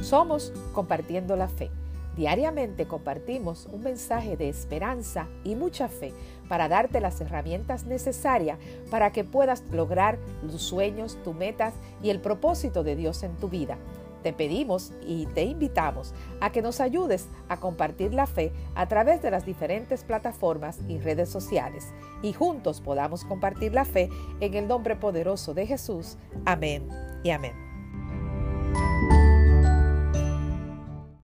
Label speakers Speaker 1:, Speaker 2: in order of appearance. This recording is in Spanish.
Speaker 1: Somos Compartiendo la Fe. Diariamente compartimos un mensaje de esperanza y mucha fe para darte las herramientas necesarias para que puedas lograr tus sueños, tus metas y el propósito de Dios en tu vida. Te pedimos y te invitamos a que nos ayudes a compartir la fe a través de las diferentes plataformas y redes sociales y juntos podamos compartir la fe en el nombre poderoso de Jesús. Amén y amén.